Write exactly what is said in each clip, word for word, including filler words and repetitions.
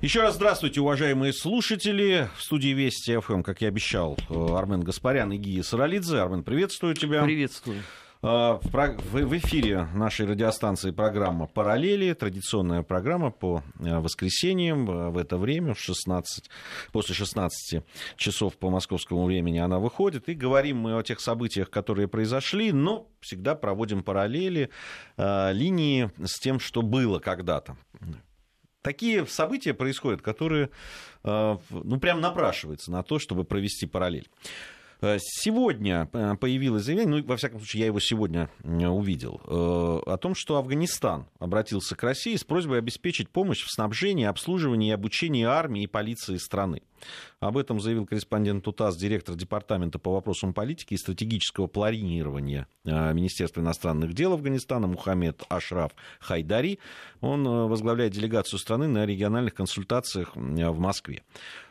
Еще раз здравствуйте, уважаемые слушатели. В студии Вести ФМ, как я обещал, Армен Гаспарян и Гия Саралидзе. Армен, приветствую тебя. Приветствую. В эфире нашей радиостанции программа «Параллели». Традиционная программа по воскресеньям в это время, в шестнадцать, после шестнадцати часов по московскому времени она выходит. И говорим мы о тех событиях, которые произошли, но всегда проводим параллели, линии с тем, что было когда-то. Такие события происходят, которые, ну, прям напрашиваются на то, чтобы провести параллель. Сегодня появилось заявление, ну, во всяком случае, я его сегодня увидел, о том, что Афганистан обратился к России с просьбой обеспечить помощь в снабжении, обслуживании и обучении армии и полиции страны. Об этом заявил корреспондент ТУТАСС, директор департамента по вопросам политики и стратегического планирования Министерства иностранных дел Афганистана Мухаммед Ашраф Хайдари. Он возглавляет делегацию страны на региональных консультациях в Москве.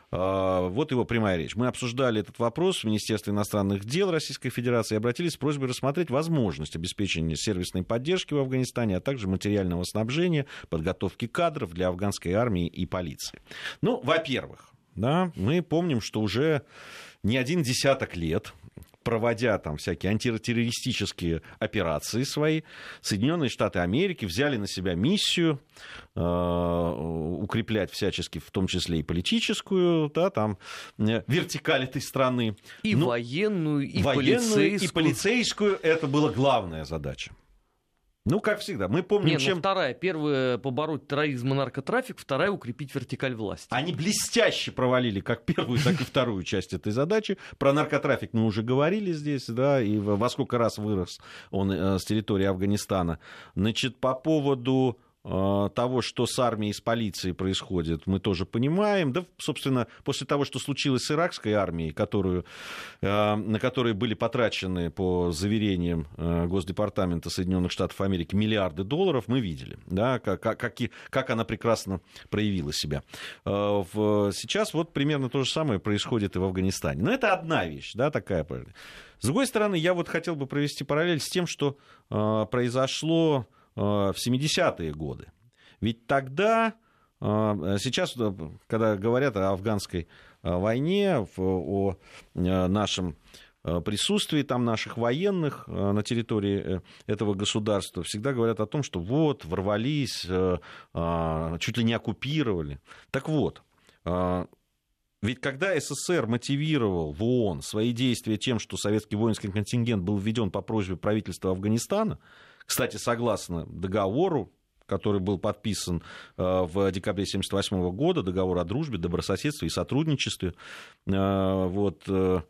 Вот его прямая речь. Мы обсуждали этот вопрос в Министерстве иностранных дел Российской Федерации и обратились с просьбой рассмотреть возможность обеспечения сервисной поддержки в Афганистане, а также материального снабжения, подготовки кадров для афганской армии и полиции. Ну, во-первых, да, мы помним, что уже не один десяток лет, проводя там всякие антитеррористические операции свои, Соединенные Штаты Америки взяли на себя миссию э, укреплять всячески, в том числе и политическую, да, там, э, вертикаль этой страны. И ну, военную, и военную, полицейскую. И полицейскую. Это была главная задача. Ну, как всегда, мы помним, Не, чем... ну, вторая. Первая — побороть терроризм и наркотрафик. Вторая — укрепить вертикаль власти. Они блестяще провалили как первую, так и вторую часть этой задачи. Про наркотрафик мы уже говорили здесь, да, и во сколько раз вырос он с территории Афганистана. Значит, по поводу того, что с армией и с полицией происходит, мы тоже понимаем. Да, собственно, после того, что случилось с иракской армией, которую, на которой были потрачены, по заверениям Госдепартамента Соединенных Штатов Америки, миллиарды долларов, мы видели, да, как, как, как она прекрасно проявила себя. Сейчас вот примерно то же самое происходит и в Афганистане. Но это одна вещь, да, такая. С другой стороны, я вот хотел бы провести параллель с тем, что произошло в семидесятые годы. Ведь тогда, сейчас, когда говорят о афганской войне, о нашем присутствии там наших военных на территории этого государства, всегда говорят о том, что вот, ворвались, чуть ли не оккупировали. Так вот, ведь когда СССР мотивировал в ООН свои действия тем, что советский воинский контингент был введен по просьбе правительства Афганистана, кстати, согласно договору, который был подписан в декабре тысяча девятьсот семьдесят восьмого года, договор о дружбе, добрососедстве и сотрудничестве, вот,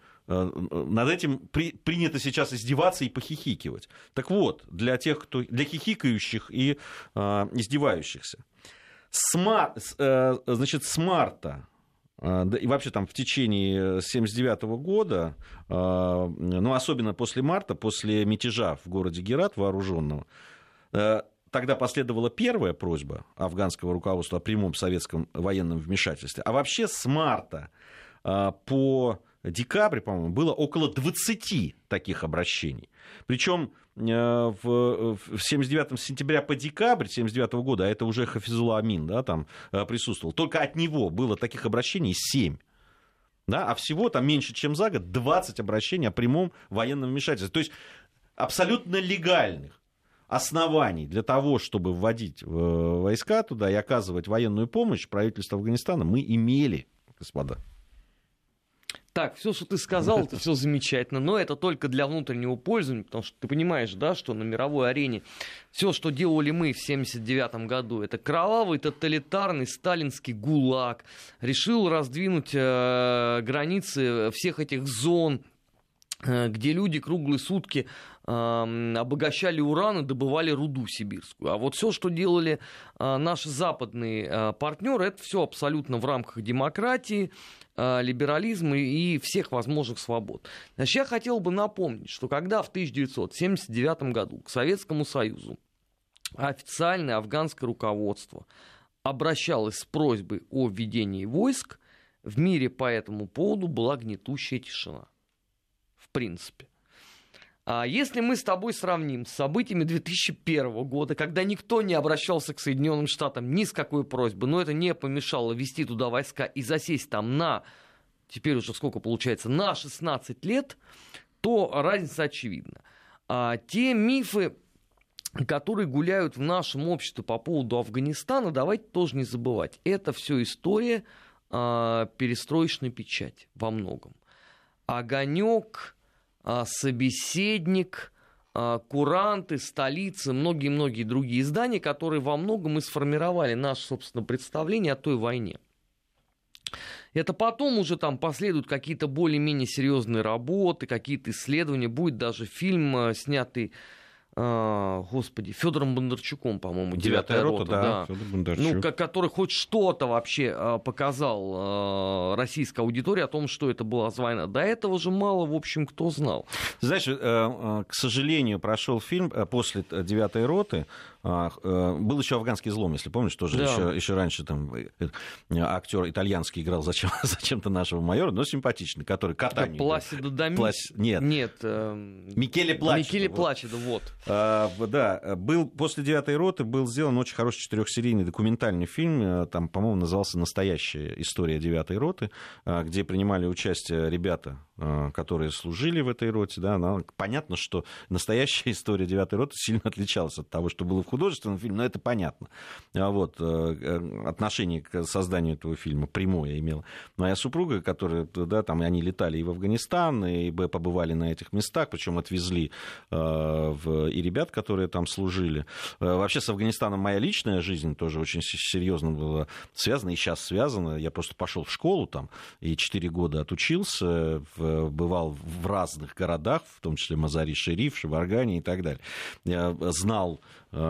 над этим при, принято сейчас издеваться и похихикивать. Так вот, для тех, кто, для хихикающих и издевающихся, с, мар, значит, с марта, и вообще там в течение семьдесят девятого года, ну, особенно после марта, после мятежа в городе Герат вооруженного, тогда последовала первая просьба афганского руководства о прямом советском военном вмешательстве. А вообще с марта по декабрь, по-моему, было около двадцати таких обращений. Причем в семьдесят девятом сентября по декабрь семьдесят девятого года, а это уже Хафизулла Амин, да, там присутствовал, только от него было таких обращений семь. Да, а всего там меньше, чем за год, двадцать обращений о прямом военном вмешательстве. То есть абсолютно легальных оснований для того, чтобы вводить войска туда и оказывать военную помощь правительству Афганистана, мы имели, господа. Так, все, что ты сказал, это все замечательно, но это только для внутреннего пользования, потому что ты понимаешь, да, что на мировой арене все, что делали мы в семьдесят девятом году, это кровавый тоталитарный сталинский ГУЛАГ, решил раздвинуть э, границы всех этих зон, э, где люди круглые сутки э, обогащали уран и добывали руду сибирскую. А вот все, что делали э, наши западные э, партнеры, это все абсолютно в рамках демократии, либерализма и всех возможных свобод. Значит, я хотел бы напомнить, что когда в тысяча девятьсот семьдесят девятом году к Советскому Союзу официальное афганское руководство обращалось с просьбой о введении войск, в мире по этому поводу была гнетущая тишина. В принципе. А если мы с тобой сравним с событиями две тысячи первого года, когда никто не обращался к Соединенным Штатам ни с какой просьбой, но это не помешало ввести туда войска и засесть там на, теперь уже сколько получается, на шестнадцать лет, то разница очевидна. А те мифы, которые гуляют в нашем обществе по поводу Афганистана, давайте тоже не забывать. Это все история а, перестроечной печати во многом. Огонек, собеседник, куранты, столицы, многие-многие другие издания, которые во многом и сформировали наше, собственно, представление о той войне. Это потом уже там последуют какие-то более-менее серьезные работы, какие-то исследования. Будет даже фильм, снятый, Uh, господи, Федором Бондарчуком, по-моему, «Девятая рота», рота да, да. Ну, который хоть что-то вообще uh, показал uh, российской аудитории о том, что это была за война. До этого же мало, в общем, кто знал. Знаешь, uh, к сожалению, прошел фильм uh, после «Девятой роты». Uh, uh, был еще «Афганский излом», если помнишь, тоже да. еще, еще раньше там актер итальянский играл зачем, зачем-то нашего майора, но симпатичный, который катание. Пласидо Доминго? Плас... Нет. Нет. Uh... Микеле Плачидо. Микеле Плачидо, вот. Uh, да, был, после «Девятой роты» был сделан очень хороший четырехсерийный документальный фильм, там, по-моему, назывался «Настоящая история девятой роты», где принимали участие ребята, которые служили в этой роте. Да, но понятно, что настоящая история девятой роты сильно отличалась от того, что было в художественном фильме, но это понятно. Вот, отношение к созданию этого фильма прямое имела моя супруга, которая, да, там, они летали и в Афганистан, и побывали на этих местах, причем отвезли в и ребят, которые там служили. Вообще с Афганистаном моя личная жизнь тоже очень серьезно была связана, и сейчас связана. Я просто пошел в школу там, и четыре года отучился, бывал в разных городах, в том числе Мазари-Шериф, Шаваргане и так далее. Я знал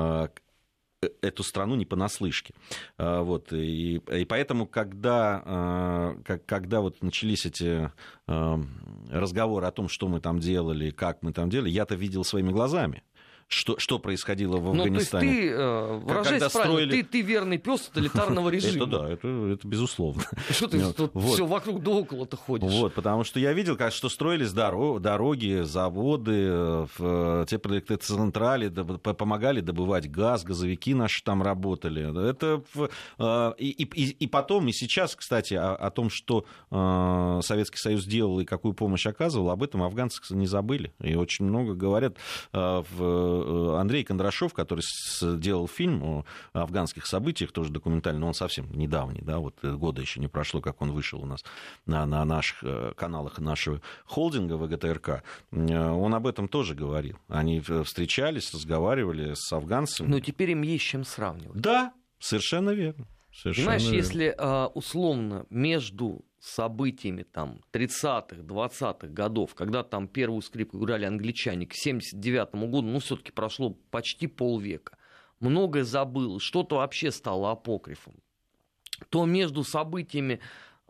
эту страну не понаслышке. Вот. И, и поэтому, когда, когда вот начались эти разговоры о том, что мы там делали, как мы там делали, я-то видел своими глазами. Что, что происходило в Афганистане. Ну, то есть ты, выражаясь правильно, строили... ты, ты верный пес тоталитарного режима. Это да, это, это безусловно. Что ты тут вот. Все вокруг да около-то ходишь? Вот, потому что я видел, как, что строились дорог, дороги, заводы, теплоэлектроцентрали, помогали добывать газ, газовики наши там работали. Это, и, и, и потом, и сейчас, кстати, о, о том, что Советский Союз делал и какую помощь оказывал, об этом афганцы не забыли. И очень много говорят в Андрей Кондрашов, который делал фильм о афганских событиях, тоже документальный, но он совсем недавний, да, вот года еще не прошло, как он вышел у нас на, на наших каналах нашего холдинга ВГТРК, он об этом тоже говорил. Они встречались, разговаривали с афганцами. Но теперь им есть чем сравнивать. Да, совершенно верно. Совершенно Понимаешь, верно. если условно между событиями там, тридцатых, двадцатых годов, когда там первую скрипку играли англичане, к семьдесят девятому году, ну, все-таки прошло почти полвека, многое забылось, что-то вообще стало апокрифом, то между событиями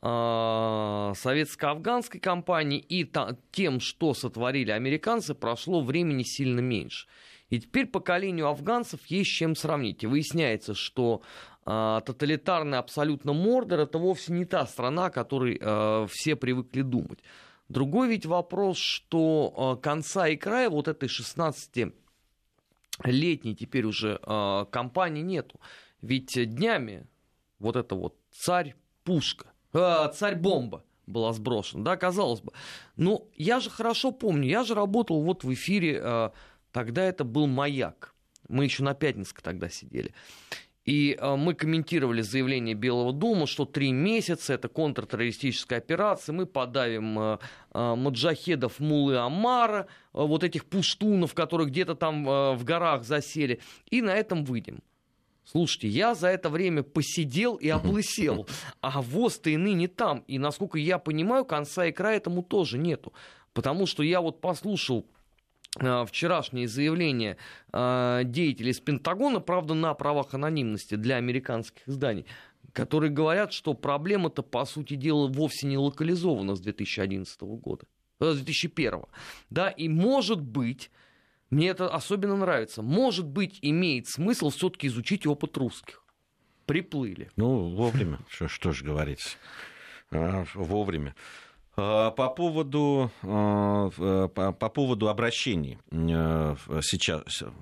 э, советско-афганской кампании и та, тем, что сотворили американцы, прошло времени сильно меньше. И теперь поколению афганцев есть с чем сравнить. И выясняется, что э, тоталитарный абсолютно Мордор — это вовсе не та страна, о которой э, все привыкли думать. Другой ведь вопрос, что э, конца и края вот этой шестнадцатилетней теперь уже э, кампании нету. Ведь днями вот это вот царь-пушка, э, царь-бомба была сброшена, да, казалось бы. Но я же хорошо помню, я же работал вот в эфире... Э, Тогда это был «Маяк». Мы еще на Пятницкой тогда сидели. И э, мы комментировали заявление Белого дома, что три месяца — это контртеррористическая операция, мы подавим э, э, маджахедов Муллы Амара, э, вот этих пуштунов, которые где-то там э, в горах засели, и на этом выйдем. Слушайте, я за это время посидел и облысел, а ВОЗ-то и ныне там. И, насколько я понимаю, конца и края этому тоже нету. Потому что я вот послушал вчерашнее заявление э, деятелей из Пентагона, правда, на правах анонимности для американских изданий, которые говорят, что проблема-то, по сути дела, вовсе не локализована с две тысячи одиннадцатого года, с две тысячи первого. Да, и может быть, мне это особенно нравится, может быть, имеет смысл все-таки изучить опыт русских. Приплыли. Ну, вовремя, что, что же говорить, а, вовремя. По поводу, по, по поводу обращений сейчас,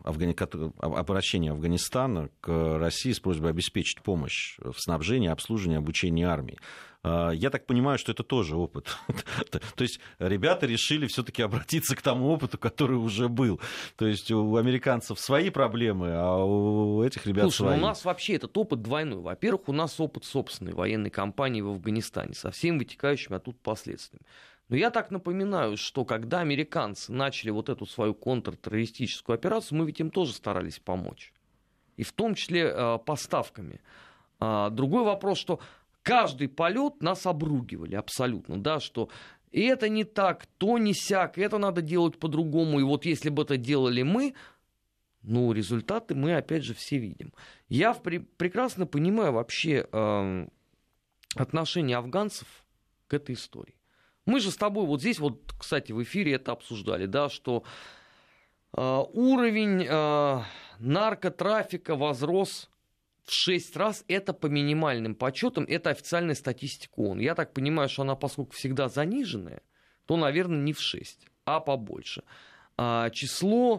обращения Афганистана к России с просьбой обеспечить помощь в снабжении, обслуживании, обучении армии. Я так понимаю, что это тоже опыт. То есть ребята решили все-таки обратиться к тому опыту, который уже был. То есть у американцев свои проблемы, а у этих ребят Слушай, свои. Слушай, у нас вообще этот опыт двойной. Во-первых, у нас опыт собственной военной кампании в Афганистане со всеми вытекающими оттуда последствиями. Но я так напоминаю, что когда американцы начали вот эту свою контртеррористическую операцию, мы ведь им тоже старались помочь. И в том числе э, поставками. А, другой вопрос, что каждый полет нас обругивали абсолютно, да, что и это не так, то не сяк, это надо делать по-другому. И вот если бы это делали мы, ну, результаты мы, опять же, все видим. Я в при- прекрасно понимаю вообще э, отношение афганцев к этой истории. Мы же с тобой вот здесь, вот, кстати, в эфире это обсуждали, да, что э, уровень э, наркотрафика возрос в шесть раз, это по минимальным подсчетам, это официальная статистика ООН. Я так понимаю, что она, поскольку всегда заниженная, то, наверное, не в шесть, а побольше. А число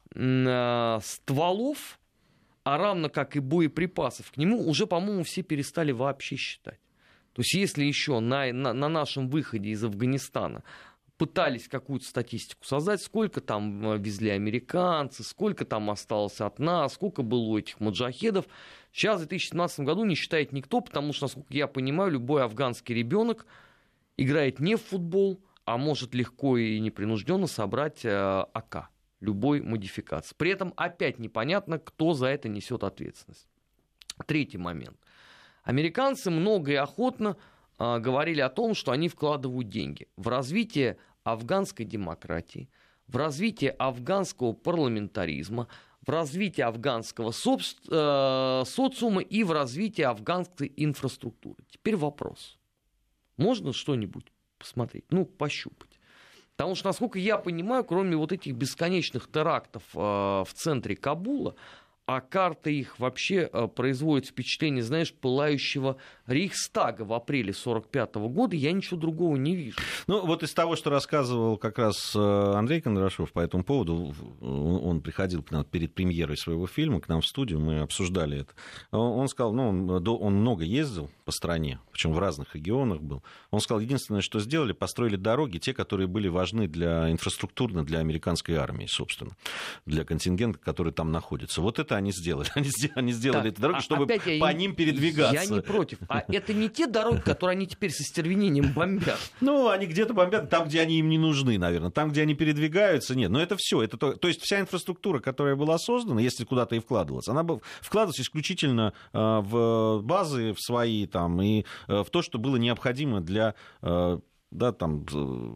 а, стволов, а равно как и боеприпасов к нему, уже, по-моему, все перестали вообще считать. То есть если еще на, на, на нашем выходе из Афганистана пытались какую-то статистику создать, сколько там везли американцы, сколько там осталось от нас, сколько было у этих маджахедов. Сейчас, в две тысячи семнадцатом году, не считает никто, потому что, насколько я понимаю, любой афганский ребенок играет не в футбол, а может легко и непринужденно собрать э, АК любой модификации. При этом опять непонятно, кто за это несет ответственность. Третий момент. Американцы много и охотно э, говорили о том, что они вкладывают деньги в развитие афганской демократии, в развитие афганского парламентаризма, в развитие афганского собс- э, социума и в развитие афганской инфраструктуры. Теперь вопрос. Можно что-нибудь посмотреть? Ну, пощупать. Потому что, насколько я понимаю, кроме вот этих бесконечных терактов э, в центре Кабула, а карта их вообще э, производит впечатление, знаешь, пылающего Рейхстага в апреле сорок пятого года, я ничего другого не вижу. Ну, вот из того, что рассказывал как раз Андрей Кондрашов по этому поводу, он приходил к нам перед премьерой своего фильма, к нам в студию, мы обсуждали это. Он сказал, ну, он, он много ездил по стране, причем в разных регионах был. Он сказал, единственное, что сделали, построили дороги, те, которые были важны для инфраструктурно для американской армии, собственно, для контингента, который там находится. Вот это они сделали. Они, они сделали так, эти дороги, а, чтобы по я, ним передвигаться. Я не против. А это не те дороги, которые они теперь со стервенением бомбят? Ну, они где-то бомбят там, где они им не нужны, наверное. Там, где они передвигаются, нет. Но это все. Это то, то есть вся инфраструктура, которая была создана, если куда-то и вкладывалась, она была вкладывалась исключительно э, в базы, в свои там, и э, в то, что было необходимо для, э, да, там,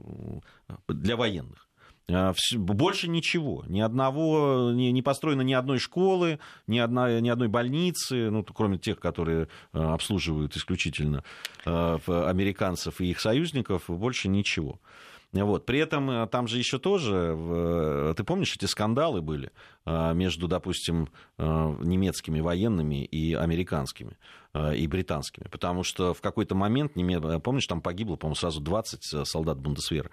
для военных. Больше ничего, ни одного, не, не построено ни одной школы, ни, одна, ни одной больницы, ну, кроме тех, которые обслуживают исключительно американцев и их союзников, больше ничего. Вот. При этом там же еще тоже, ты помнишь, эти скандалы были между, допустим, немецкими военными и американскими, и британскими, потому что в какой-то момент, помнишь, там погибло, по-моему, сразу двадцать солдат Бундесвера.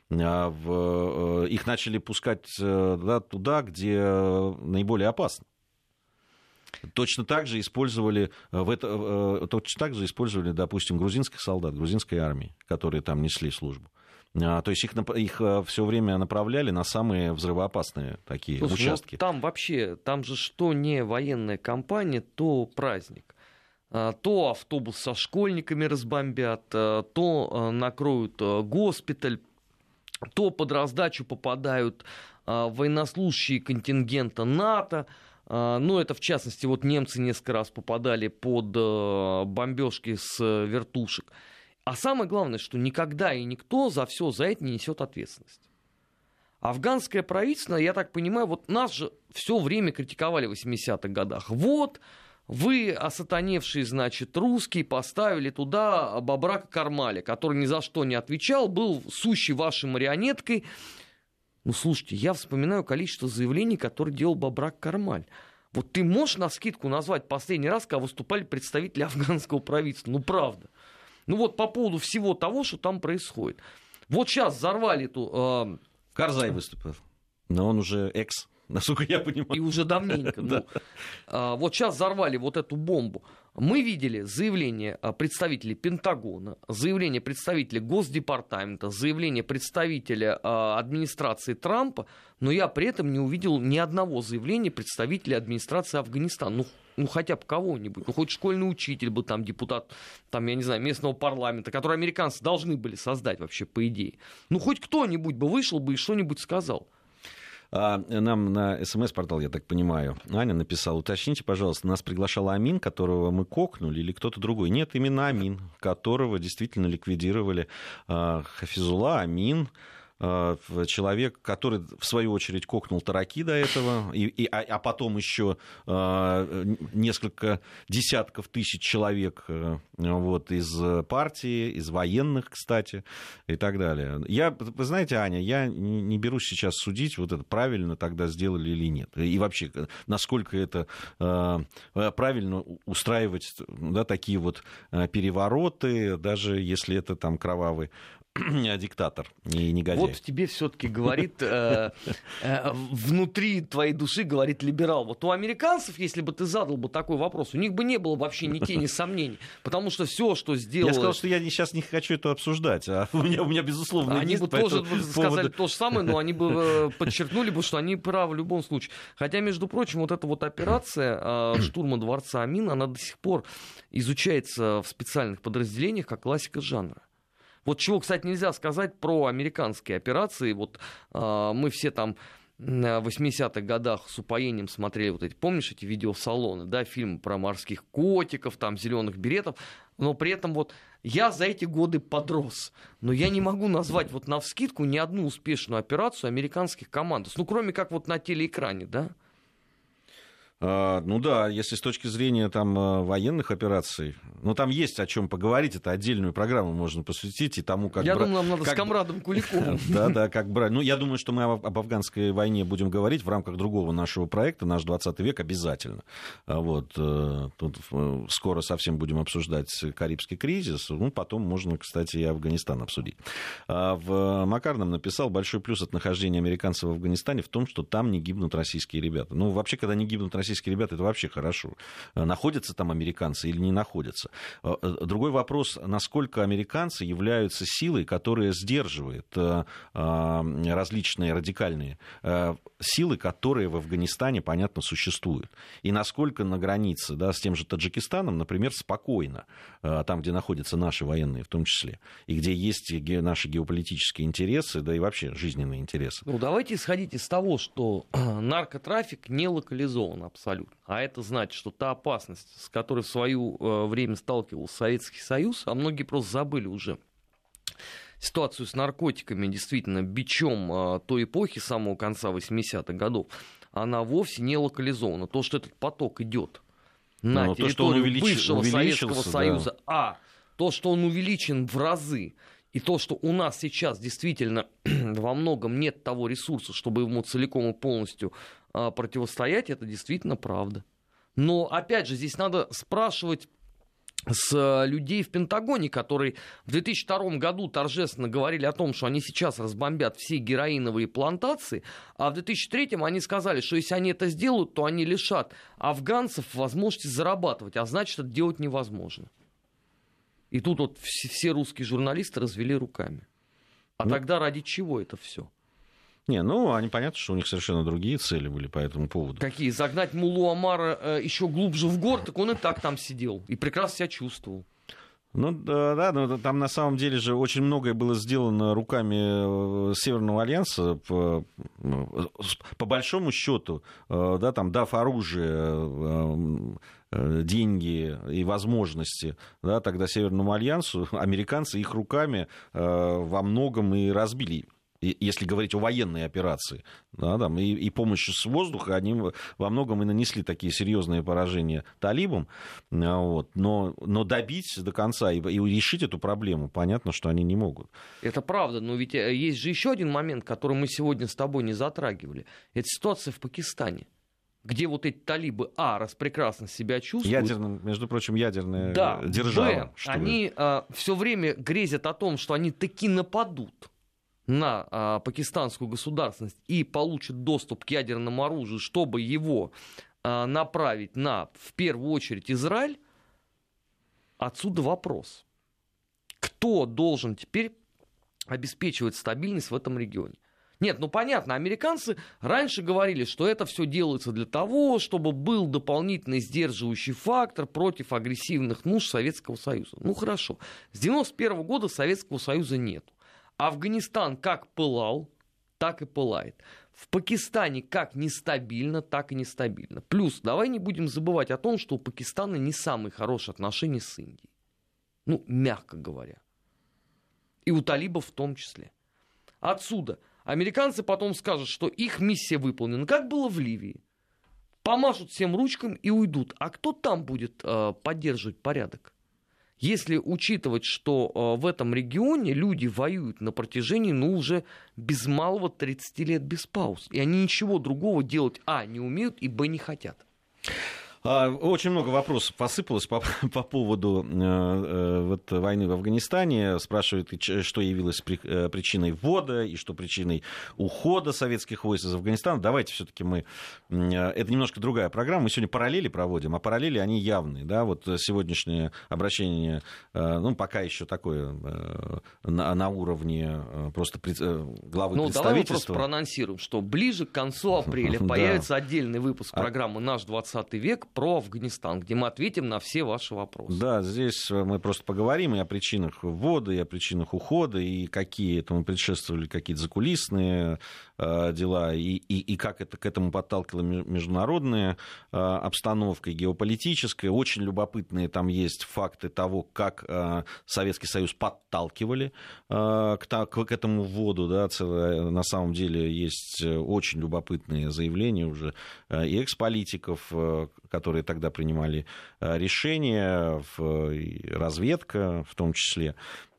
Их начали пускать, да, туда, где наиболее опасно. Точно так же использовали, в это, точно так же использовали, допустим, грузинских солдат, грузинской армии, которые там несли службу. То есть их, их все время направляли на самые взрывоопасные такие Слушай, участки. Ну, там вообще, там же что не военная кампания, то праздник. То автобус со школьниками разбомбят, то накроют госпиталь, то под раздачу попадают а, военнослужащие контингента НАТО. А, ну, это, в частности, вот немцы несколько раз попадали под а, бомбежки с а, вертушек. А самое главное, что никогда и никто за все за это не несет ответственность. Афганское правительство, я так понимаю, вот нас же все время критиковали в восьмидесятых годах. Вот, вы, осатаневшие, значит, русские, поставили туда Бабрака Кармаля, который ни за что не отвечал, был сущей вашей марионеткой. Ну, слушайте, я вспоминаю количество заявлений, которые делал Бабрак Кармаль. Вот ты можешь навскидку назвать последний раз, когда выступали представители афганского правительства? Ну, правда. Ну вот по поводу всего того, что там происходит. Вот сейчас взорвали эту... Э... Карзай выступил, но он уже экс, насколько я понимаю. И уже давненько. Ну, э, вот сейчас взорвали вот эту бомбу. Мы видели заявление представителей Пентагона, заявление представителя Госдепартамента, заявление представителя э, администрации Трампа, но я при этом не увидел ни одного заявления представителя администрации Афганистана. Ну, ну хотя бы кого-нибудь, ну хоть школьный учитель бы там, депутат, там, я не знаю, местного парламента, который американцы должны были создать вообще, по идее. Ну хоть кто-нибудь бы вышел бы и что-нибудь сказал. Нам на СМС-портал, я так понимаю, Аня написала: уточните, пожалуйста, нас приглашал Амин, которого мы кокнули, или кто-то другой? Нет, именно Амин, которого действительно ликвидировали. Хафизулла Амин, человек, который, в свою очередь, кокнул Тараки до этого, и, и, а, а потом еще э, несколько десятков тысяч человек э, вот, из партии, из военных, кстати, и так далее. Я, вы знаете, Аня, я не, не берусь сейчас судить, вот это правильно тогда сделали или нет. И вообще, насколько это э, правильно устраивать, да, такие вот перевороты, даже если это там кровавый диктатор и негодяй. Вот тебе все-таки говорит, э, э, внутри твоей души говорит либерал. Вот у американцев, если бы ты задал бы такой вопрос, у них бы не было вообще ни тени сомнений. Потому что все, что сделал... Я сказал, что я сейчас не хочу это обсуждать. А у меня, у меня безусловно, они есть бы тоже бы сказали то же самое, но они бы подчеркнули бы, что они правы в любом случае. Хотя, между прочим, вот эта вот операция э, штурма дворца Амин, она до сих пор изучается в специальных подразделениях как классика жанра. Вот чего, кстати, нельзя сказать про американские операции. Вот э, мы все там в восьмидесятых годах с упоением смотрели вот эти, помнишь, эти видеосалоны, да, фильмы про морских котиков, там, зеленых беретов. Но при этом вот я за эти годы подрос. Но я не могу назвать вот навскидку ни одну успешную операцию американских команд. Ну, кроме как вот на телеэкране, да. Ну да, если с точки зрения там военных операций, ну там есть о чем поговорить, это отдельную программу можно посвятить и тому, как... Я бра... думаю, нам надо как... с комрадом Куликовым. Да, да, как брать. Ну, я думаю, что мы об афганской войне будем говорить в рамках другого нашего проекта «Наш двадцатый век» обязательно. Вот, тут скоро совсем будем обсуждать Карибский кризис, ну, потом можно, кстати, и Афганистан обсудить. В Макар нам написал: большой плюс от нахождения американцев в Афганистане в том, что там не гибнут российские ребята. Ну, вообще, когда не гибнут российские Российские ребята, это вообще хорошо. Находятся там американцы или не находятся. Другой вопрос, насколько американцы являются силой, которая сдерживает различные радикальные силы, которые в Афганистане, понятно, существуют. И насколько на границе, да, с тем же Таджикистаном, например, спокойно, там, где находятся наши военные в том числе, и где есть наши геополитические интересы, да и вообще жизненные интересы. Ну, давайте исходить из того, что наркотрафик не локализован абсолютно. А это значит, что та опасность, с которой в свое время сталкивался Советский Союз, а многие просто забыли уже ситуацию с наркотиками, действительно, бичом той эпохи, самого конца восьмидесятых годов, она вовсе не локализована. То, что этот поток идет на Но территорию то, что он увелич... бывшего Советского Союза, да. а то, что он увеличен в разы, и то, что у нас сейчас действительно во многом нет того ресурса, чтобы ему целиком и полностью а, противостоять, это действительно правда. Но, опять же, здесь надо спрашивать с людей в Пентагоне, которые в две тысячи втором году торжественно говорили о том, что они сейчас разбомбят все героиновые плантации, а в две тысячи третьем они сказали, что если они это сделают, то они лишат афганцев возможности зарабатывать, а значит, это делать невозможно. И тут вот все русские журналисты развели руками. А ну, тогда ради чего это все? Не, ну, они понятно, что у них совершенно другие цели были по этому поводу. Какие? Загнать Муллу Омара э, еще глубже в гор, так он и так там сидел. И прекрасно себя чувствовал. Ну да, да, но там на самом деле же очень многое было сделано руками Северного альянса, по, по большому счету, да, там, дав оружие, деньги и возможности, да, тогда Северному альянсу, американцы их руками во многом и разбили. Если говорить о военной операции, да, там, и, и помощью с воздуха, они во многом и нанесли такие серьезные поражения талибам, вот, но, но добить до конца и, и решить эту проблему, понятно, что они не могут. Это правда, но ведь есть же еще один момент, который мы сегодня с тобой не затрагивали. Это ситуация в Пакистане. где вот эти талибы, а, распрекрасно себя чувствуют. Ядерным, между прочим, ядерная да, держава. Б, они а, все время грезят о том, что они таки нападут на а, пакистанскую государственность и получат доступ к ядерному оружию, чтобы его а, направить на, в первую очередь, Израиль. Отсюда вопрос. Кто должен теперь обеспечивать стабильность в этом регионе? Нет, ну понятно, американцы раньше говорили, что это все делается для того, чтобы был дополнительный сдерживающий фактор против агрессивных нужд Советского Союза. Ну хорошо, с девяносто первого года Советского Союза нет. Афганистан как пылал, так и пылает. В Пакистане как нестабильно, так и нестабильно. Плюс, давай не будем забывать о том, что у Пакистана не самые хорошие отношения с Индией. Ну, мягко говоря. И у талибов в том числе. Отсюда американцы потом скажут, что их миссия выполнена, как было в Ливии. Помашут всем ручкам и уйдут. А кто там будет э, поддерживать порядок? Если учитывать, что э, в этом регионе люди воюют на протяжении, ну, уже без малого тридцати лет без пауз. И они ничего другого делать, а, не умеют, и, б, не хотят. Очень много вопросов посыпалось по, по поводу э, э, вот, войны в Афганистане. Спрашивают, что явилось при, э, причиной ввода и что причиной ухода советских войск из Афганистана. Давайте все-таки мы... Э, это немножко другая программа. Мы сегодня параллели проводим, а параллели, они явные. Да? Вот сегодняшнее обращение, э, ну, пока еще такое э, на, на уровне э, просто пред, э, главы ну, представительства. Давай мы просто проанонсируем, что ближе к концу апреля появится отдельный выпуск программы «Наш двадцатый век» про Афганистан, где мы ответим на все ваши вопросы. Да, здесь мы просто поговорим и о причинах ввода, и о причинах ухода, и какие этому предшествовали какие-то закулисные э, дела, и, и, и как это, к этому подталкивала международная э, обстановка, и геополитическая. Очень любопытные там есть факты того, как э, Советский Союз подталкивали э, к, к этому вводу. Да, целое, на самом деле есть очень любопытные заявления уже э, и экс-политиков, э, которые тогда принимали решения, разведка в том числе,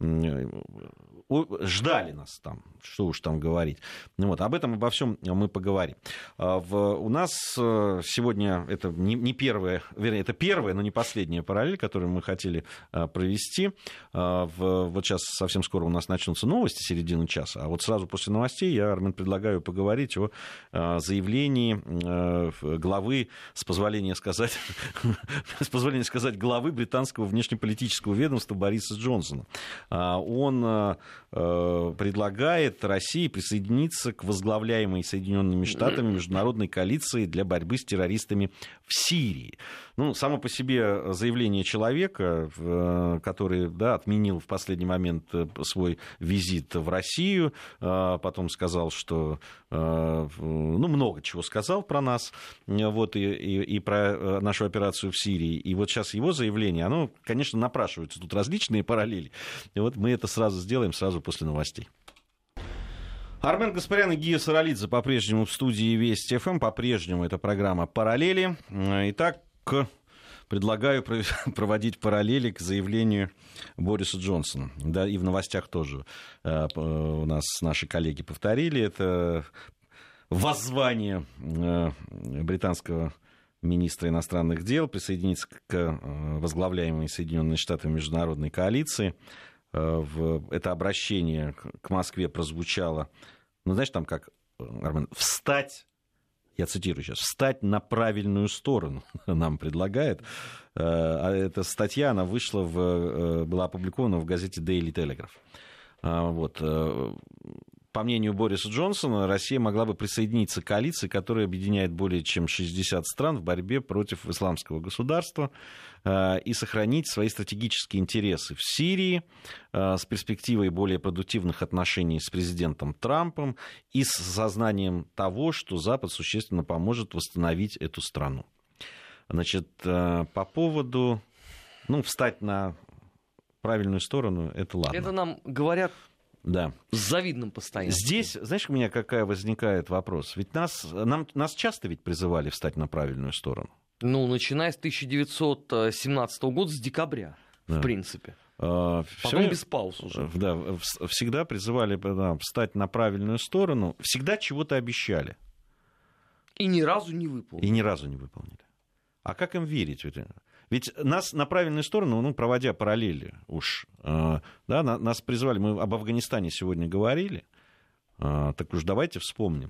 ждали нас там, что уж там говорить. Вот, об этом, обо всем мы поговорим. В, у нас сегодня это не, не первая, вернее, это первая, но не последняя параллель, которую мы хотели провести. В, вот сейчас совсем скоро у нас начнутся новости середины часа, а вот сразу после новостей я, Армен, предлагаю поговорить о заявлении главы, с позволения сказать, с позволения сказать, главы британского внешнеполитического ведомства Бориса Джонсона. Он предлагает России присоединиться к возглавляемой Соединенными Штатами международной коалиции для борьбы с террористами в Сирии. Ну, само по себе заявление человека, который, да, отменил в последний момент свой визит в Россию, потом сказал, что, ну, много чего сказал про нас, вот, и, и, и про нашу операцию в Сирии. И вот сейчас его заявление, оно, конечно, напрашивается. Тут различные параллели. И вот мы это сразу сделаем, сразу после новостей. Армен Гаспарян и Гия Саралидзе по-прежнему в студии Вести ФМ. По-прежнему это программа «Параллели». Итак, предлагаю проводить параллели к заявлению Бориса Джонсона. Да, и в новостях тоже у нас наши коллеги повторили. Это воззвание британского министра иностранных дел присоединиться к возглавляемой Соединенными Штатами международной коалиции. Это обращение к Москве прозвучало, ну, знаешь, там как, Армен, встать, я цитирую сейчас, встать на правильную сторону нам предлагает. А эта статья, она вышла, в, была опубликована в газете Daily Telegraph. Вот. По мнению Бориса Джонсона, Россия могла бы присоединиться к коалиции, которая объединяет более чем шестьдесят стран в борьбе против исламского государства, и сохранить свои стратегические интересы в Сирии с перспективой более продуктивных отношений с президентом Трампом и с сознанием того, что Запад существенно поможет восстановить эту страну. Значит, по поводу, ну, встать на правильную сторону, это ладно. Это нам говорят... Да. С завидным постоянством. Здесь, знаешь, у меня какая возникает вопрос? Ведь нас, нам, нас часто ведь призывали встать на правильную сторону. Ну, начиная с тысяча девятьсот семнадцатого года, с декабря, да. В принципе. А, Потом все, без пауз уже. Да, всегда призывали, да, встать на правильную сторону. Всегда чего-то обещали. И ни разу не выполнили. И ни разу не выполнили. А как им верить? Ведь нас на правильную сторону, ну, проводя параллели уж, э, да, нас призвали, мы об Афганистане сегодня говорили, э, так уж давайте вспомним.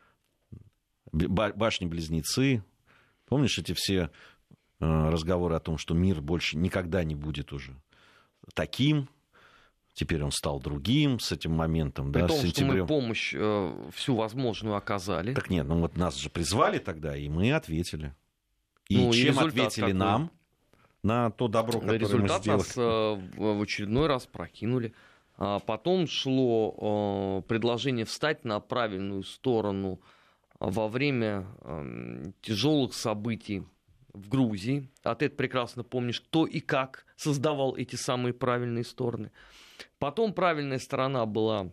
Башни-близнецы, помнишь эти все э, разговоры о том, что мир больше никогда не будет уже таким, теперь он стал другим с этим моментом. При да, том, с сентябрем. что мы помощь э, всю возможную оказали. Так нет, ну вот нас же призвали тогда, и мы ответили. И ну, чем и ответили какой? нам на то добро, которое результат мы сделали? Нас э, в очередной раз прокинули. А потом шло э, предложение встать на правильную сторону во время э, тяжелых событий в Грузии. А ты это прекрасно помнишь, кто и как создавал эти самые правильные стороны. Потом правильная сторона была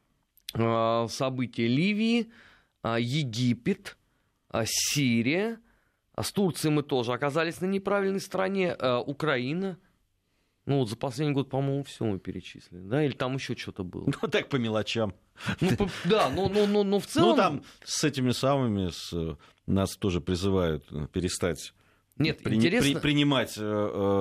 э, события Ливии, э, Египет, э, Сирия. А с Турцией мы тоже оказались на неправильной стороне. Э, Украина. Ну вот за последний год, по-моему, все мы перечислили. Да? Или там еще что-то было? Ну так по мелочам. Ну, по, да, но, но, но, но в целом... Ну там с этими самыми с, нас тоже призывают перестать... Нет, При, интересно... при, принимать э,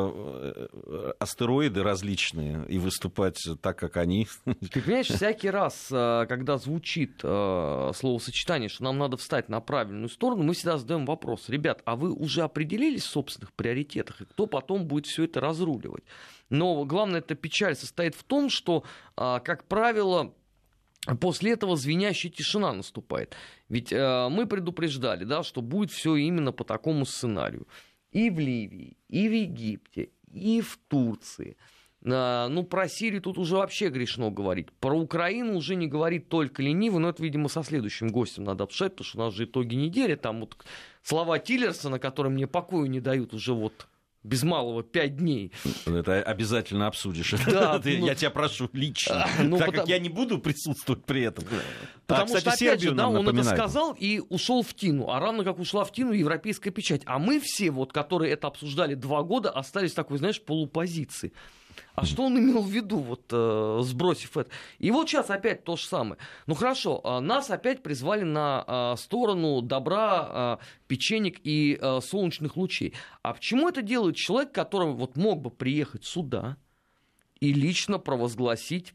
э, астероиды различные и выступать так, как они. Ты понимаешь, всякий раз, когда звучит э, словосочетание, что нам надо встать на правильную сторону, мы всегда задаем вопрос: ребят, а вы уже определились в собственных приоритетах, и кто потом будет все это разруливать? Но главная эта печаль состоит в том, что, э, как правило, после этого звенящая тишина наступает. Ведь э, мы предупреждали, да, что будет все именно по такому сценарию. И в Ливии, и в Египте, и в Турции. А, ну, про Сирию тут уже вообще грешно говорить. Про Украину уже не говорит только ленивый, но это, видимо, со следующим гостем надо обсуждать, потому что у нас же итоги недели. Там вот слова Тиллерсона, которые мне покоя не дают уже вот... без малого пять дней. Это обязательно обсудишь. Да, Ты, ну, я тебя прошу лично, ну, так потому, как я не буду присутствовать при этом. Потому а, кстати, что, опять Сербию же, да, нам он напоминает. это сказал и ушел в тину. А равно как ушла в тину европейская печать. А мы все, вот, которые это обсуждали два года, остались в такой, знаешь, полупозиции. А что он имел в виду, вот, э, сбросив это? И вот сейчас опять то же самое. Ну хорошо, э, нас опять призвали на э, сторону добра, э, печенек и э, солнечных лучей. А почему это делает человек, который вот мог бы приехать сюда и лично провозгласить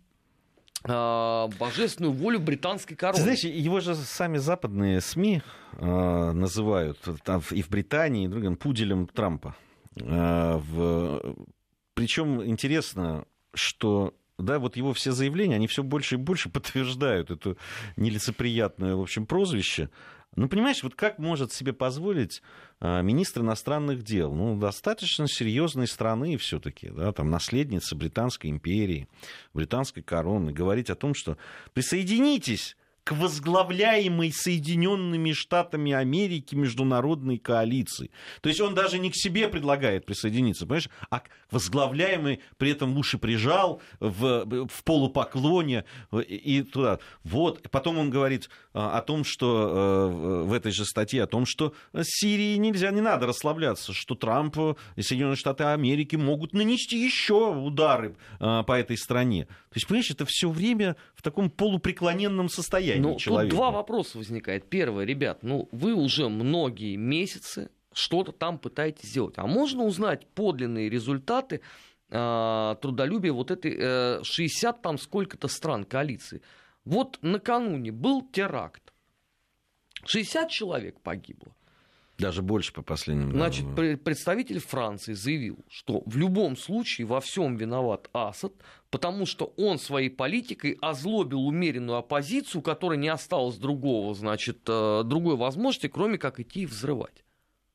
э, божественную волю британской короны? Ты знаешь, его же сами западные СМИ э, называют там, и в Британии, и другим, пуделем Трампа. Э, в... Причем интересно, что да, вот его все заявления, они все больше и больше подтверждают это нелицеприятное, в общем, прозвище. Ну, понимаешь, вот как может себе позволить а, министр иностранных дел? Ну, достаточно серьезной страны все-таки, да, там, наследница Британской империи, британской короны, говорить о том, что присоединитесь к возглавляемой Соединенными Штатами Америки международной коалиции. То есть он даже не к себе предлагает присоединиться, понимаешь, а к возглавляемой, при этом уши прижал в, в полупоклоне и туда. Вот. Потом он говорит о том, что в этой же статье, о том, что Сирии нельзя, не надо расслабляться, что Трамп и Соединенные Штаты Америки могут нанести еще удары по этой стране. То есть, понимаешь, это все время в таком полупреклоненном состоянии. Ну, человека. Тут два вопроса возникает. Первое, ребят, ну вы уже многие месяцы что-то там пытаетесь сделать. А можно узнать подлинные результаты э, трудолюбия вот этой э, шестьдесят там сколько-то стран коалиции? Вот накануне был теракт. шестьдесят человек погибло. Даже больше по последним данным. Значит, представитель Франции заявил, что в любом случае во всем виноват Асад, потому что он своей политикой озлобил умеренную оппозицию, у которой не осталось другого, значит, другой возможности, кроме как идти и взрывать.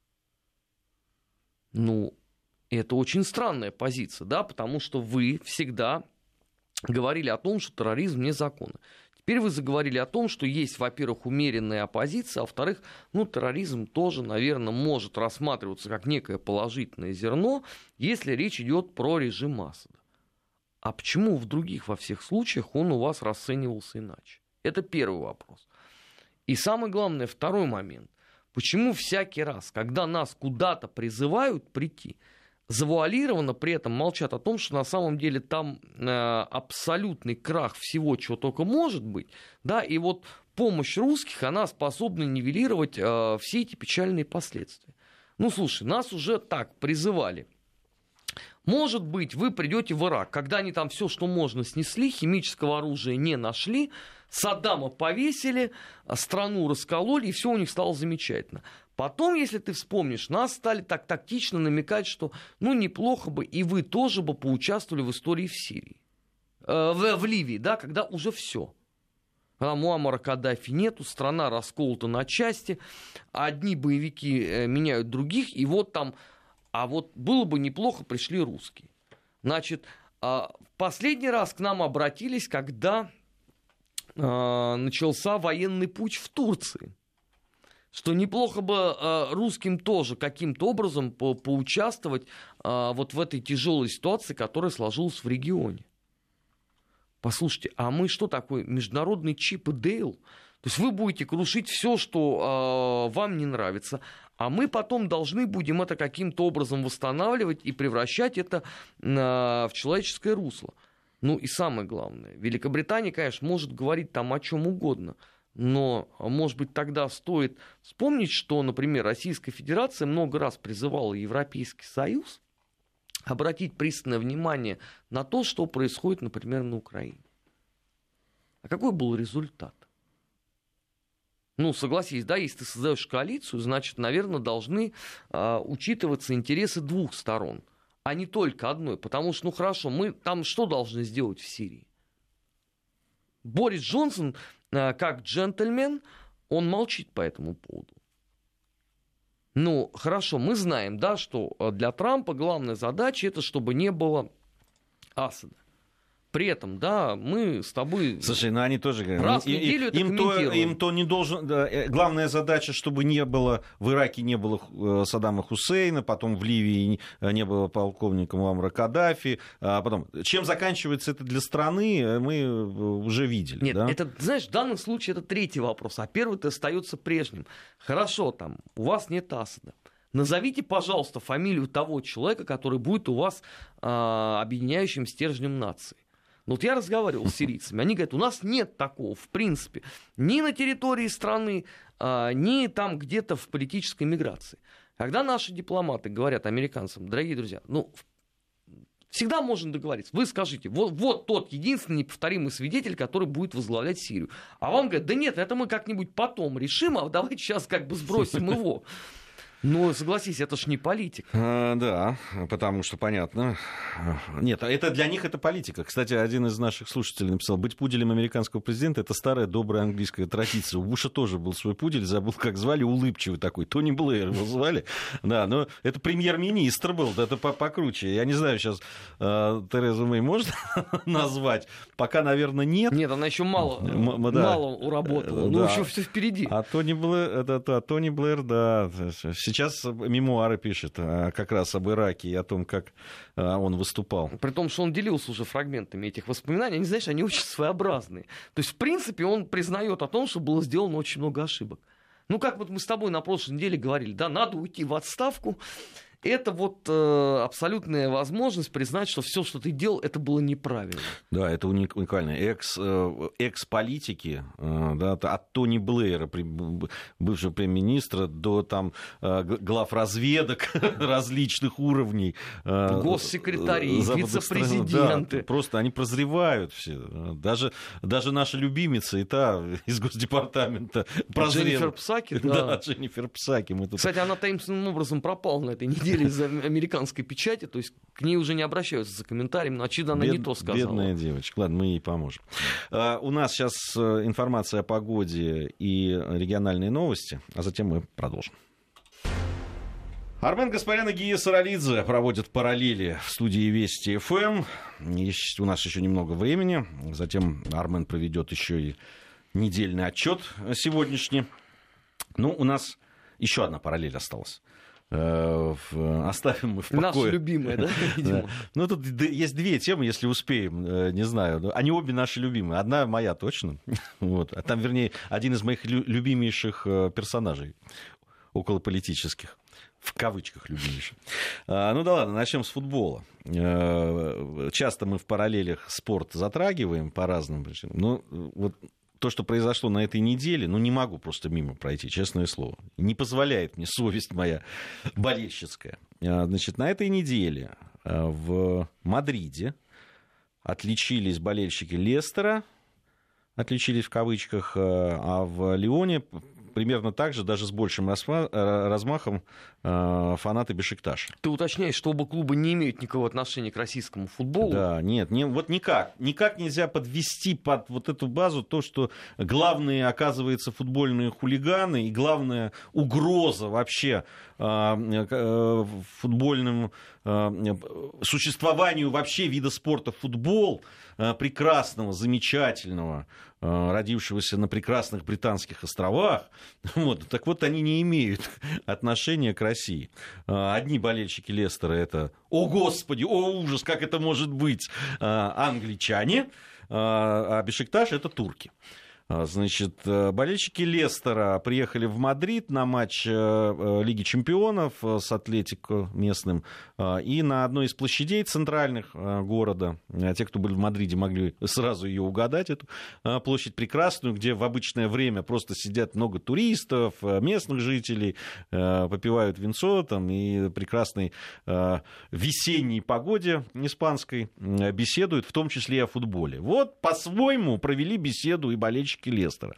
Ну, это очень странная позиция, да, потому что вы всегда говорили о том, что терроризм незаконен. Теперь вы заговорили о том, что есть, во-первых, умеренная оппозиция, а во-вторых, ну, терроризм тоже, наверное, может рассматриваться как некое положительное зерно, если речь идет про режим Асада. А почему в других во всех случаях он у вас расценивался иначе? Это первый вопрос. И самое главное, второй момент. Почему всякий раз, когда нас куда-то призывают прийти, завуалированно при этом молчат о том, что на самом деле там э, абсолютный крах всего, чего только может быть, да, и вот помощь русских, она способна нивелировать э, все эти печальные последствия. Ну, слушай, нас уже так призывали. Может быть, вы придете в Ирак, когда они там все, что можно, снесли, химического оружия не нашли, Саддама повесили, страну раскололи, и все у них стало замечательно. Потом, если ты вспомнишь, нас стали так тактично намекать, что ну неплохо бы и вы тоже бы поучаствовали в истории в Сирии, э, в, в Ливии, да, когда уже все. А Муаммара Каддафи нету, страна расколота на части, одни боевики э, меняют других, и вот там, а вот было бы неплохо, пришли русские. Значит, э, последний раз к нам обратились, когда э, начался военный путч в Турции. Что неплохо бы э, русским тоже каким-то образом по- поучаствовать э, вот в этой тяжелой ситуации, которая сложилась в регионе. Послушайте, а мы что такое? Международный Чип и Дейл? То есть вы будете крушить все, что э, вам не нравится, а мы потом должны будем это каким-то образом восстанавливать и превращать это э, в человеческое русло. Ну и самое главное, Великобритания, конечно, может говорить там о чем угодно, но, может быть, тогда стоит вспомнить, что, например, Российская Федерация много раз призывала Европейский Союз обратить пристальное внимание на то, что происходит, например, на Украине. А какой был результат? Ну, согласись, да, если ты создаешь коалицию, значит, наверное, должны э, учитываться интересы двух сторон, а не только одной. Потому что, ну хорошо, мы там что должны сделать в Сирии? Борис Джонсон, э, как джентльмен, он молчит по этому поводу. Ну, хорошо, мы знаем, да, что для Трампа главная задача это, чтобы не было Асада. При этом, да, мы с тобой... Слушай, ну они тоже говорят... Раз в неделю это им, то, им то не должен... Да, главная задача, чтобы не было... В Ираке не было Саддама Хусейна, потом в Ливии не было полковника Муаммара Каддафи. А потом, чем заканчивается это для страны, мы уже видели. Нет, да? это, знаешь, в данном случае это третий вопрос, а первый-то остается прежним. Хорошо, там, у вас нет Асада. Назовите, пожалуйста, фамилию того человека, который будет у вас а, объединяющим стержнем нации. Ну, вот я разговаривал с сирийцами, они говорят, у нас нет такого, в принципе, ни на территории страны, а, ни там где-то в политической миграции. Когда наши дипломаты говорят американцам, дорогие друзья, ну, всегда можно договориться. Вы скажите, вот, вот тот единственный неповторимый свидетель, который будет возглавлять Сирию. А вам говорят, да нет, это мы как-нибудь потом решим, а давайте сейчас как бы сбросим его. Ну, согласись, это ж не политика. А, да, потому что понятно. Нет, это для них это политика. Кстати, один из наших слушателей написал, быть пуделем американского президента — это старая добрая английская традиция. У Буша тоже был свой пудель, забыл, как звали, улыбчивый такой. Тони Блэйр его звали. Да, но это премьер-министр был, это покруче. Я не знаю, сейчас э, Терезу Мэй можно назвать? Пока, наверное, нет. Нет, она еще мало, М- да. мало уработала. Ну, да. Еще все впереди. А Тони Блэйр, это, да, Тони Блэйр, да, сейчас мемуары пишет как раз об Ираке и о том, как он выступал. При том, что он делился уже фрагментами этих воспоминаний, они, знаешь, они очень своеобразные. То есть, в принципе, он признает о том, что было сделано очень много ошибок. Ну, как вот мы с тобой на прошлой неделе говорили, да, надо уйти в отставку. Это вот э, абсолютная возможность признать, что все, что ты делал, это было неправильно. Да, это уникально. Экс, э, экс-политики, э, да, от Тони Блэйра, бывшего премьер-министра, до там, э, глав разведок различных уровней. Э, Госсекретари, вице-президенты. Да, просто они прозревают все. Даже, даже наша любимица, и та из Госдепартамента прозрела. Дженнифер Псаки, да. Да, Дженнифер Псаки. Мы тут... Кстати, она таинственным образом пропала на этой неделе из американской печати, то есть к ней уже не обращаются за комментарием, но очевидно, она Бед, не то сказала. Бедная девочка. Ладно, мы ей поможем. Uh, у нас сейчас информация о погоде и региональные новости, а затем мы продолжим. Армен Гаспарян и Гия Саралидзе проводят параллели в студии Вести эф эм. Есть у нас еще немного времени. Затем Армен проведет еще и недельный отчет сегодняшний. Ну, у нас еще одна параллель осталась. Оставим мы в покое. Наша любимая, да, видимо? Ну, тут есть две темы, если успеем, не знаю. Они обе наши любимые. Одна моя точно. Вот. А там, вернее, один из моих любимейших персонажей околополитических. В кавычках любимейших. Ну да ладно, начнем с футбола. Часто мы в параллелях спорт затрагиваем по разным причинам. Ну, вот то, что произошло на этой неделе, ну, не могу просто мимо пройти, честное слово. Не позволяет мне совесть моя болельщицкая. Значит, на этой неделе в Мадриде отличились болельщики Лестера, отличились в кавычках, а в Лионе примерно так же, даже с большим размахом, фанаты Бешикташа. Ты уточняешь, что оба клуба не имеют никакого отношения к российскому футболу? Да, нет, не, вот никак. Никак нельзя подвести под вот эту базу то, что главные, оказывается, футбольные хулиганы и главная угроза вообще футбольному существованию вообще вида спорта футбол, прекрасного, замечательного, родившегося на прекрасных Британских островах, вот, так вот они не имеют отношения к России. Одни болельщики Лестера — это «О, Господи, о, ужас, как это может быть?» англичане, а Бешикташ — это турки. Значит, болельщики Лестера приехали в Мадрид на матч Лиги Чемпионов с Атлетико местным, и на одной из площадей центральных города, те, кто были в Мадриде, могли сразу ее угадать, эту площадь прекрасную, где в обычное время просто сидят много туристов, местных жителей, попивают винцо там, и прекрасной весенней погоде испанской беседуют, в том числе и о футболе. Вот по-своему провели беседу и болельщики Лестера,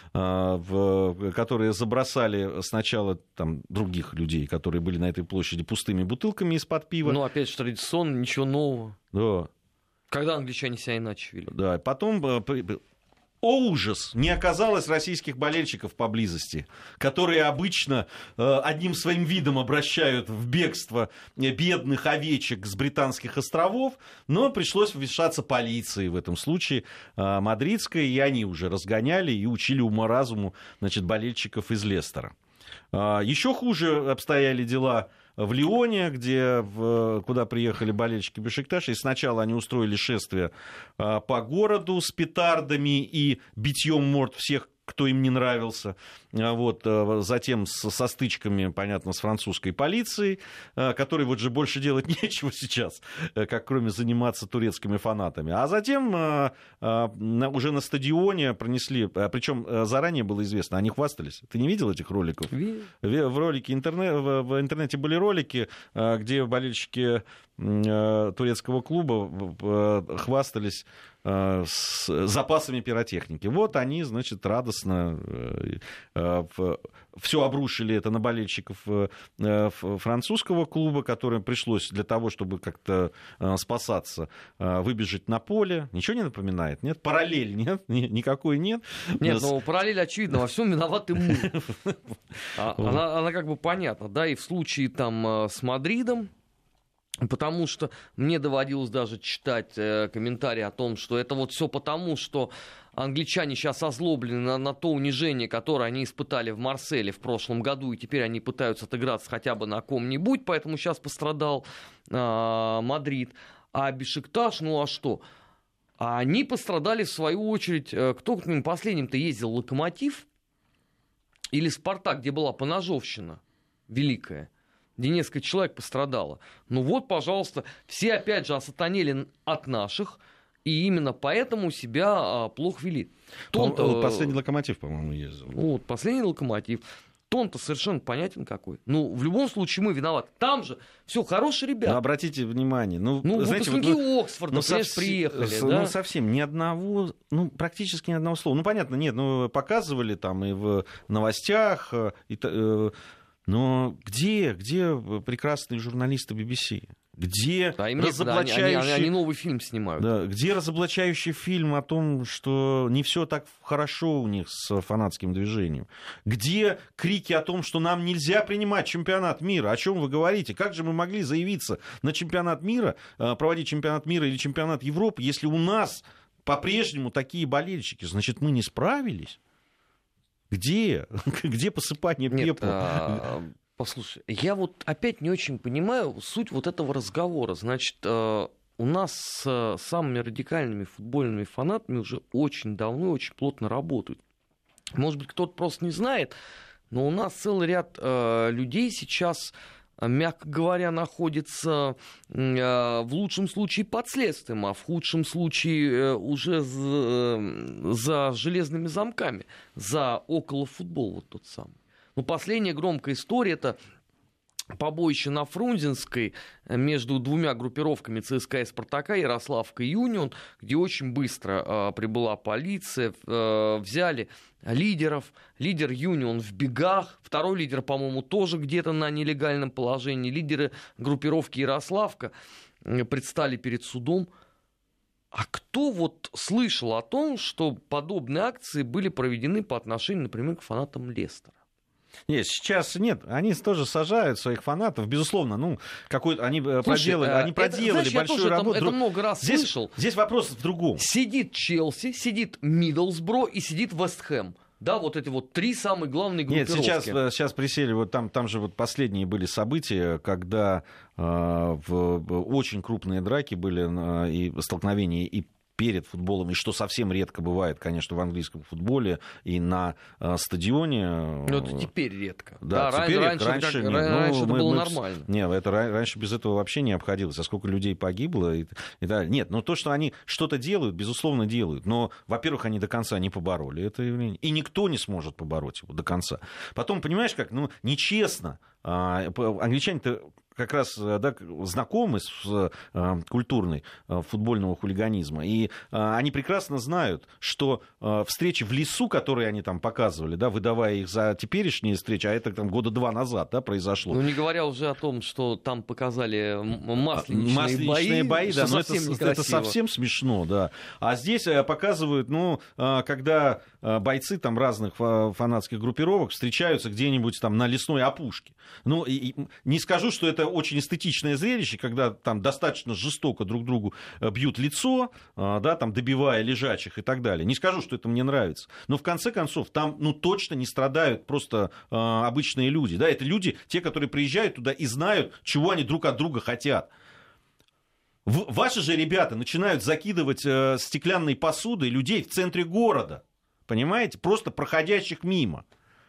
которые забросали сначала там других людей, которые были на этой площади, пустыми бутылками из-под пива. Ну, опять же, традиционно, ничего нового. Да. Когда англичане себя иначе вели. Да, потом... О, ужас! Не оказалось российских болельщиков поблизости, которые обычно э, одним своим видом обращают в бегство бедных овечек с Британских островов, но пришлось вмешаться полиции в этом случае, э, мадридской, и они уже разгоняли и учили уму-разуму, значит, болельщиков из Лестера. Э, еще хуже обстояли дела в Лионе, где, в, куда приехали болельщики Бешикташа, и сначала они устроили шествие а, по городу с петардами и битьем морд всех, кто им не нравился, вот, затем со стычками, понятно, с французской полицией, которой вот же больше делать нечего сейчас, как кроме заниматься турецкими фанатами. А затем уже на стадионе пронесли, причем заранее было известно, они хвастались. Ты не видел этих роликов? В ролике интернет, в интернете были ролики, где болельщики турецкого клуба хвастались с запасами пиротехники. Вот они, значит, радостно все обрушили это на болельщиков французского клуба, которым пришлось для того, чтобы как-то спасаться, выбежать на поле. Ничего не напоминает? Нет? Параллель нет? Никакой нет? Нет, ну параллель очевидно, во всем виноваты мы. Она, она как бы понятна, да, и в случае там с Мадридом, потому что мне доводилось даже читать э, комментарии о том, что это вот все потому, что англичане сейчас озлоблены на, на то унижение, которое они испытали в Марселе в прошлом году, и теперь они пытаются отыграться хотя бы на ком-нибудь, поэтому сейчас пострадал э, Мадрид. А Бешикташ, ну а что? А они пострадали в свою очередь. Э, кто к ним последним-то ездил? Локомотив или Спартак, где была поножовщина великая, где несколько человек пострадало. Ну вот, пожалуйста, все опять же осатанели от наших, и именно поэтому себя а, плохо вели. Тон-то... Последний Локомотив, по-моему, ездил. Ну, вот, последний Локомотив. Тон-то совершенно понятен какой. Ну, в любом случае мы виноваты. Там же все хорошие ребята. Но обратите внимание. Ну, ну знаете, выпускники вот, ну, Оксфорда, ну, совсем приехали. С, да? Ну, совсем ни одного, ну, практически ни одного слова. Ну, понятно, нет, ну, показывали там и в новостях, и... Но где, где прекрасные журналисты би би си? Где да, разоблачающий... Они, они, они новый фильм снимают. Да, где разоблачающий фильм о том, что не все так хорошо у них с фанатским движением? Где крики о том, что нам нельзя принимать чемпионат мира? О чем вы говорите? Как же мы могли заявиться на чемпионат мира, проводить чемпионат мира или чемпионат Европы, если у нас по-прежнему такие болельщики? Значит, мы не справились? Где? Где посыпание пепла? А, послушай, я вот опять не очень понимаю суть вот этого разговора. Значит, у нас с самыми радикальными футбольными фанатами уже очень давно, очень плотно работают. Может быть, кто-то просто не знает, но у нас целый ряд людей сейчас мягко говоря, находится в лучшем случае под следствием, а в худшем случае уже за, за железными замками, за околофутбол вот тот самый. Ну, последняя громкая история — это побоище на Фрунзенской между двумя группировками ЦСКА и Спартака, Ярославка и Юнион, где очень быстро э, прибыла полиция, э, взяли лидеров. Лидер Юнион в бегах, второй лидер, по-моему, тоже где-то на нелегальном положении. Лидеры группировки Ярославка предстали перед судом. А кто вот слышал о том, что подобные акции были проведены по отношению, например, к фанатам Лестера? Нет, сейчас нет, они тоже сажают своих фанатов, безусловно, ну, какой они проделали, они проделали знаешь, большую я тоже работу. Это, это много раз здесь, слышал. Здесь вопрос в другом. Сидит Челси, сидит Миддлсбро и сидит Вест Хэм. Да, вот эти вот три самые главные группировки. Нет, сейчас, сейчас присели, вот там, там же вот последние были события, когда э, в, в очень крупные драки были э, и столкновения и перед футболом, и что совсем редко бывает, конечно, в английском футболе и на э, стадионе. Ну, это теперь редко. Да, да теперь раньше, раньше, как, нет, раньше ну, это мы, было мы, нормально. Нет, это раньше без этого вообще не обходилось. А сколько людей погибло и, и так. Нет, но то, что они что-то делают, безусловно, делают. Но, во-первых, они до конца не побороли это явление. И никто не сможет побороть его до конца. Потом, понимаешь, как, ну, нечестно. А, англичане-то как раз, да, знакомы с э, культурной э, футбольного хулиганизма. И э, они прекрасно знают, что э, встречи в лесу, которые они там показывали, да, выдавая их за теперешние встречи, а это там года два назад, да, произошло. Ну, не говоря уже о том, что там показали масленичные, масленичные бои, бои, да, но совсем это, это совсем смешно, да. А здесь показывают, ну, когда бойцы там разных фанатских группировок встречаются где-нибудь там на лесной опушке. Ну, и, и не скажу, что это очень эстетичное зрелище, когда там достаточно жестоко друг другу бьют лицо, да, там добивая лежачих и так далее. Не скажу, что это мне нравится. Но в конце концов там, ну, точно не страдают просто э, обычные люди. Да, это люди, те, которые приезжают туда и знают, чего они друг от друга хотят. В, ваши же ребята начинают закидывать э, стеклянной посудой людей в центре города. Понимаете? Просто проходящих мимо.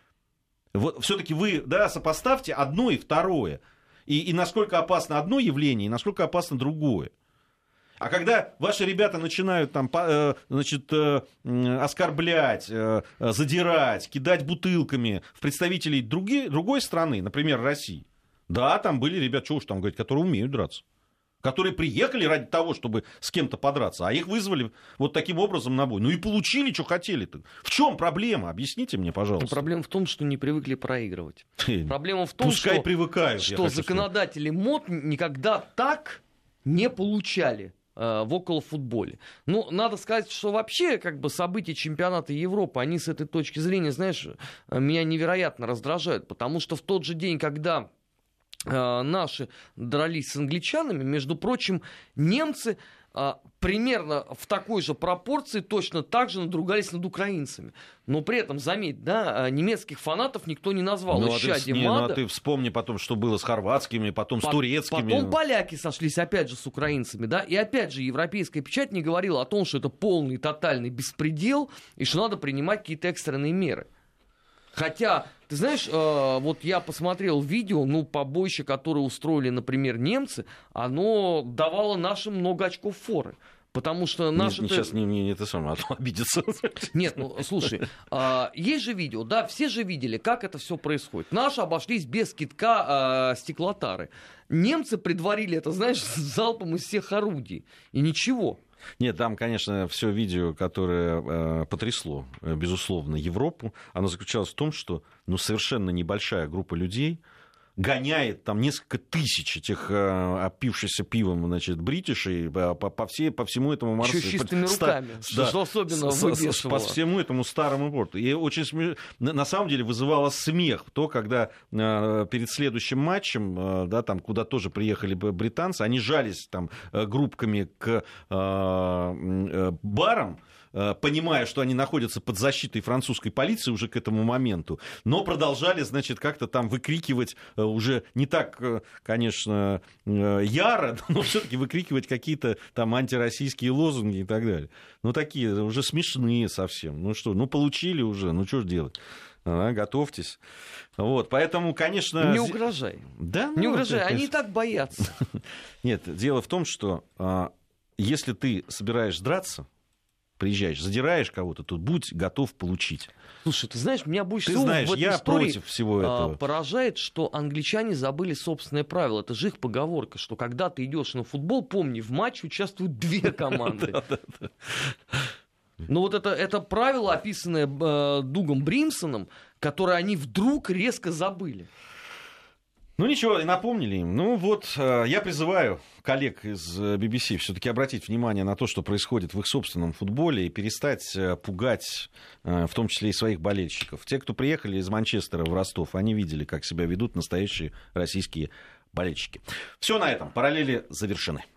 Вот все-таки вы, да, сопоставьте одно и второе. И, и насколько опасно одно явление, и насколько опасно другое. А когда ваши ребята начинают там, э, значит, э, оскорблять, э, задирать, кидать бутылками в представителей други, другой страны, например, России, да, там были ребята, чего уж там говорить, которые умеют драться. Которые приехали ради того, чтобы с кем-то подраться, а их вызвали вот таким образом на бой. Ну и получили, что хотели-то. В чем проблема? Объясните мне, пожалуйста. Проблема в том, что не привыкли проигрывать. Проблема в том, Пускай что, привыкают, что законодатели МОД никогда так не получали э, в околофутболе. Ну, надо сказать, что вообще как бы события чемпионата Европы, они с этой точки зрения, знаешь, меня невероятно раздражают. Потому что в тот же день, когда наши дрались с англичанами, между прочим, немцы а, примерно в такой же пропорции точно так же надругались над украинцами. Но при этом, заметь, да, немецких фанатов никто не назвал. Ну, а ты, не, ну, а ты вспомни потом, что было с хорватскими, потом по- с турецкими. Потом поляки сошлись опять же с украинцами, да, и опять же европейская печать не говорила о том, что это полный, тотальный беспредел, и что надо принимать какие-то экстренные меры. Хотя, ты знаешь, э, вот я посмотрел видео, ну, побоище, которое устроили, например, немцы, оно давало нашим много очков форы. Потому что наши... Нет, сейчас не, не, не это самое, а то обидится. Нет, ну, слушай, э, есть же видео, да, все же видели, как это все происходит. Наши обошлись без кидка э, стеклотары. Немцы предварили это, знаешь, залпом из всех орудий. И ничего. Нет, там, конечно, все видео, которое э, потрясло, э, безусловно, Европу, оно заключалось в том, что ну, совершенно небольшая группа людей гоняет там несколько тысяч этих э, опившихся пивом, значит, бритишей по, по, все, по всему этому маршруту. Еще чистыми руками, да, что особенно с, выбешивало. По всему этому старому порту. И очень смеш... на самом деле вызывало смех то, когда э, перед следующим матчем, э, да, там, куда тоже приехали британцы, они жались там группками к э, э, барам, понимая, что они находятся под защитой французской полиции уже к этому моменту, но продолжали, значит, как-то там выкрикивать уже не так, конечно, яро, но все-таки выкрикивать какие-то там антироссийские лозунги и так далее. Ну, такие уже смешные совсем. Ну что, ну получили уже, ну что ж делать? А, готовьтесь. Вот, поэтому, конечно... Не угрожай. Да, не ну, угрожай, это, они конечно... и так боятся. Нет, дело в том, что а, если ты собираешь драться, приезжаешь, задираешь кого-то, то будь готов получить. Слушай, ты знаешь, меня больше ты всего знаешь, в этой я истории против всего этого. а, поражает, что англичане забыли собственное правило. Это же их поговорка, что когда ты идешь на футбол, помни, в матче участвуют две команды. Ну вот это, это правило, описанное э, Дугом Бримсоном, которое они вдруг резко забыли. Ну ничего, и напомнили им. Ну вот, э, я призываю коллег из би би си все-таки обратить внимание на то, что происходит в их собственном футболе, и перестать э, пугать, э, в том числе и своих болельщиков. Те, кто приехали из Манчестера в Ростов, они видели, как себя ведут настоящие российские болельщики. Все на этом. Параллели завершены.